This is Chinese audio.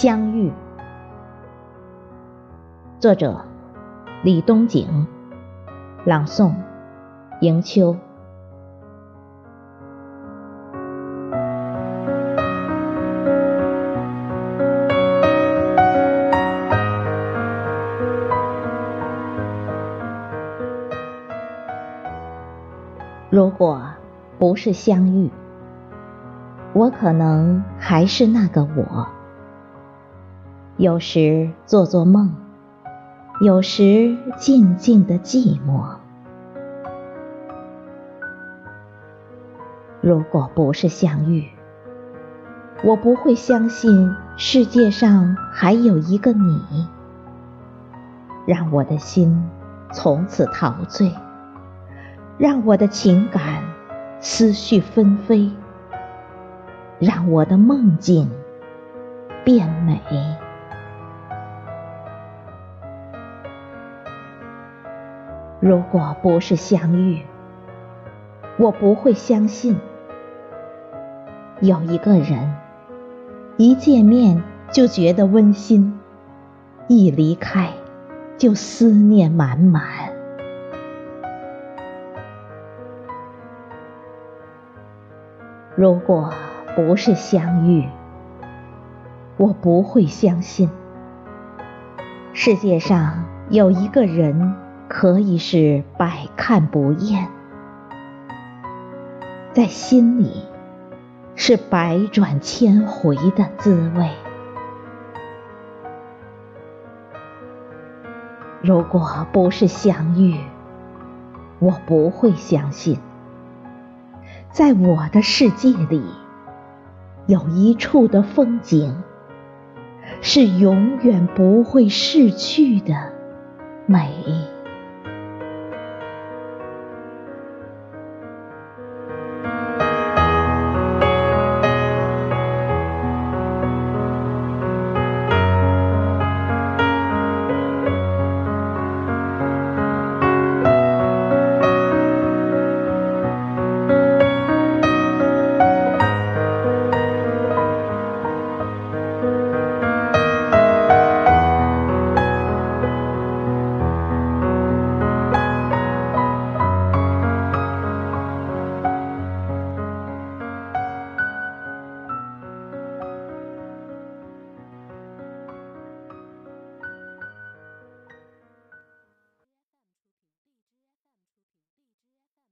相遇。作者李东景，朗诵迎秋。如果不是相遇，我可能还是那个我，有时做做梦，有时静静的寂寞。如果不是相遇，我不会相信世界上还有一个你，让我的心从此陶醉，让我的情感思绪纷飞，让我的梦境变美。如果不是相遇，我不会相信有一个人一见面就觉得温馨，一离开就思念满满。如果不是相遇，我不会相信世界上有一个人可以是百看不厌，在心里是百转千回的滋味。如果不是相遇，我不会相信在我的世界里有一处的风景是永远不会逝去的美。